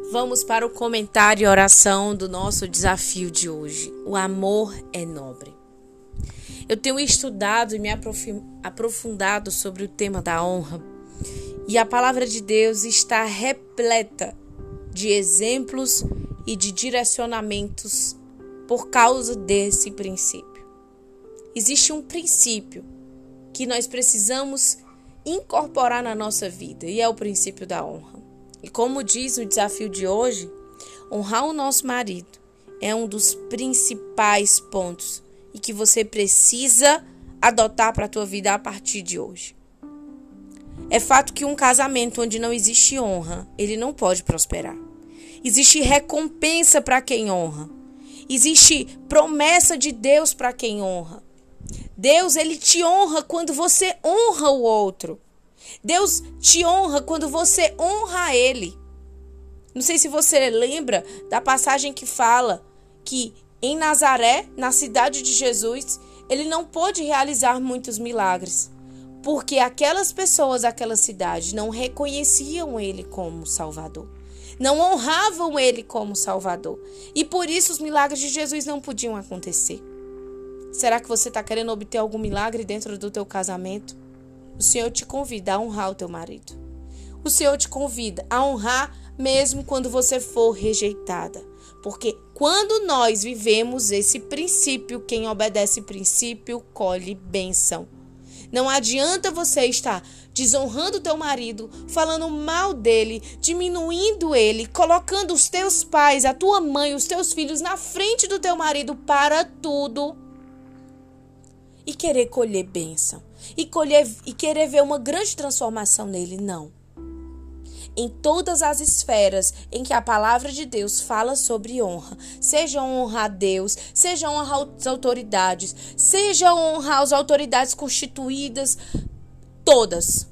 Vamos para o comentário e oração do nosso desafio de hoje. O amor é nobre. Eu tenho estudado e me aprofundado sobre o tema da honra. E a palavra de Deus está repleta de exemplos e de direcionamentos por causa desse princípio. Existe um princípio que nós precisamos incorporar na nossa vida e é o princípio da honra. E como diz o desafio de hoje, honrar o nosso marido é um dos principais pontos e que você precisa adotar para a tua vida a partir de hoje. É fato que um casamento onde não existe honra, ele não pode prosperar. Existe recompensa para quem honra. Existe promessa de Deus para quem honra. Deus, ele te honra quando você honra o outro. Deus te honra quando você honra Ele. Não sei se você lembra da passagem que fala que em Nazaré, na cidade de Jesus, ele não pôde realizar muitos milagres, porque aquelas pessoas daquela cidade não reconheciam Ele como Salvador, não honravam Ele como Salvador, e por isso os milagres de Jesus não podiam acontecer. Será que você está querendo obter algum milagre dentro do teu casamento? O Senhor te convida a honrar o teu marido. O Senhor te convida a honrar mesmo quando você for rejeitada. Porque quando nós vivemos esse princípio, quem obedece princípio, colhe bênção. Não adianta você estar desonrando o teu marido, falando mal dele, diminuindo ele, colocando os teus pais, a tua mãe, os teus filhos na frente do teu marido para tudo. E querer colher bênção. E querer ver uma grande transformação nele. Não. Em todas as esferas em que a palavra de Deus fala sobre honra, seja honrar a Deus, seja honrar as autoridades, seja honrar as autoridades constituídas, todas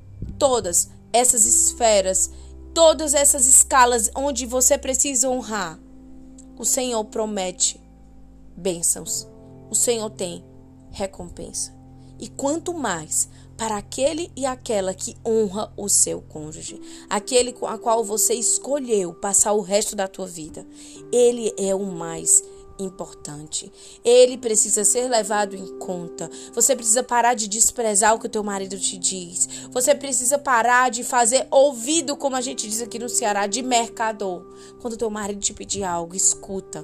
essas esferas, todas essas escalas onde você precisa honrar, o Senhor promete bênçãos. O Senhor tem recompensa. E quanto mais para aquele e aquela que honra o seu cônjuge, aquele com a qual você escolheu passar o resto da tua vida, ele é o mais importante. Ele precisa ser levado em conta. Você precisa parar de desprezar o que o teu marido te diz. Você precisa parar de fazer ouvido, como a gente diz aqui no Ceará, de mercador. Quando o teu marido te pedir algo, escuta.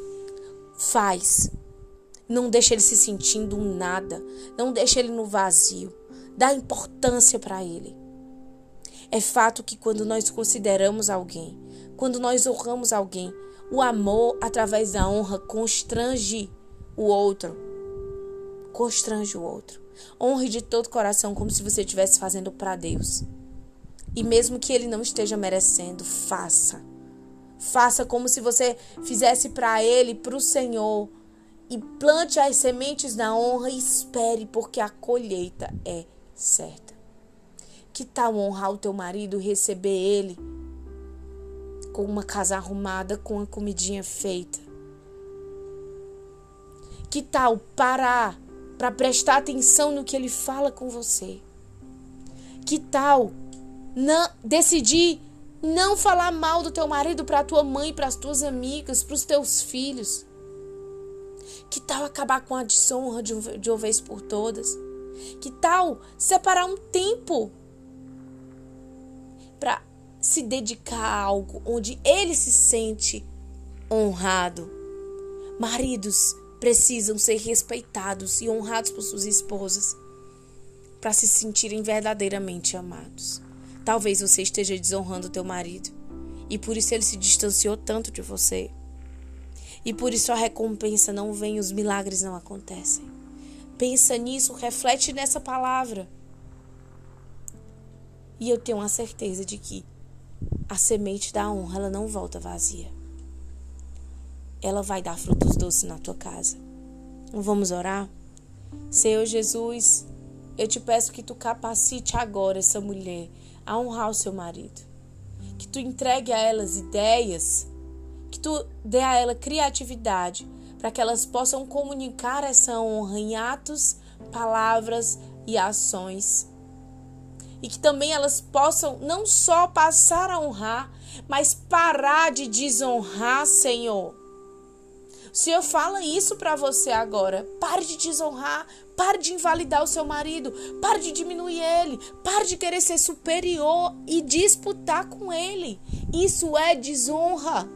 Faz. Não deixa ele se sentindo nada. Não deixa ele no vazio. Dá importância para ele. É fato que quando nós consideramos alguém, quando nós honramos alguém, o amor, através da honra, constrange o outro. Constrange o outro. Honre de todo o coração, como se você estivesse fazendo para Deus. E mesmo que ele não esteja merecendo, faça. Faça como se você fizesse para ele, para o Senhor. E plante as sementes da honra e espere, porque a colheita é certa. Que tal honrar o teu marido e receber ele com uma casa arrumada, com uma comidinha feita? Que tal parar para prestar atenção no que ele fala com você? Que tal decidir não falar mal do teu marido para a tua mãe, para as tuas amigas, para os teus filhos? Que tal acabar com a desonra de uma vez por todas? Que tal separar um tempo para se dedicar a algo onde ele se sente honrado? Maridos precisam ser respeitados e honrados por suas esposas para se sentirem verdadeiramente amados. Talvez você esteja desonrando o teu marido e por isso ele se distanciou tanto de você. E por isso a recompensa não vem, os milagres não acontecem. Pensa nisso, reflete nessa palavra. E eu tenho a certeza de que a semente da honra, ela não volta vazia. Ela vai dar frutos doces na tua casa. Vamos orar? Senhor Jesus, eu te peço que tu capacite agora essa mulher a honrar o seu marido. Que tu entregue a elas ideias, que tu dê a ela criatividade para que elas possam comunicar essa honra em atos, palavras e ações. E que também elas possam não só passar a honrar, mas parar de desonrar, Senhor. O Senhor fala isso para você agora. Pare de desonrar, pare de invalidar o seu marido, pare de diminuir ele, pare de querer ser superior e disputar com ele. Isso é desonra.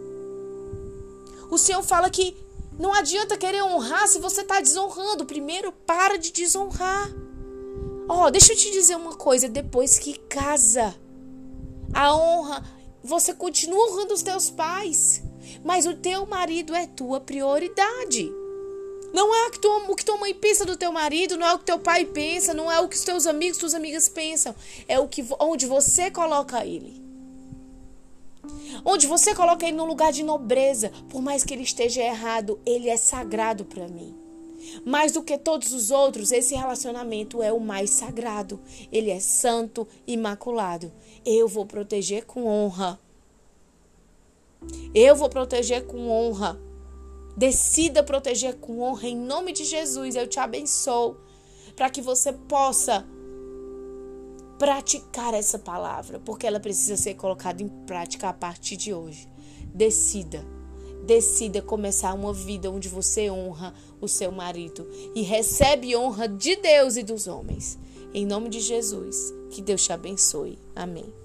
O Senhor fala que não adianta querer honrar se você está desonrando. Primeiro, para de desonrar. Deixa eu te dizer uma coisa. Depois que casa, a honra, você continua honrando os teus pais, mas o teu marido é tua prioridade. Não é o que tua mãe pensa do teu marido, não é o que teu pai pensa, não é o que os teus amigos, tuas amigas pensam. É onde você coloca ele. Onde você coloca ele num lugar de nobreza. Por mais que ele esteja errado, ele é sagrado para mim. Mais do que todos os outros, esse relacionamento é o mais sagrado. Ele é santo, imaculado. Eu vou proteger com honra. Eu vou proteger com honra. Decida proteger com honra em nome de Jesus. Eu te abençoo para que você possa praticar essa palavra, porque ela precisa ser colocada em prática a partir de hoje. Decida começar uma vida onde você honra o seu marido e recebe honra de Deus e dos homens. Em nome de Jesus, que Deus te abençoe. Amém.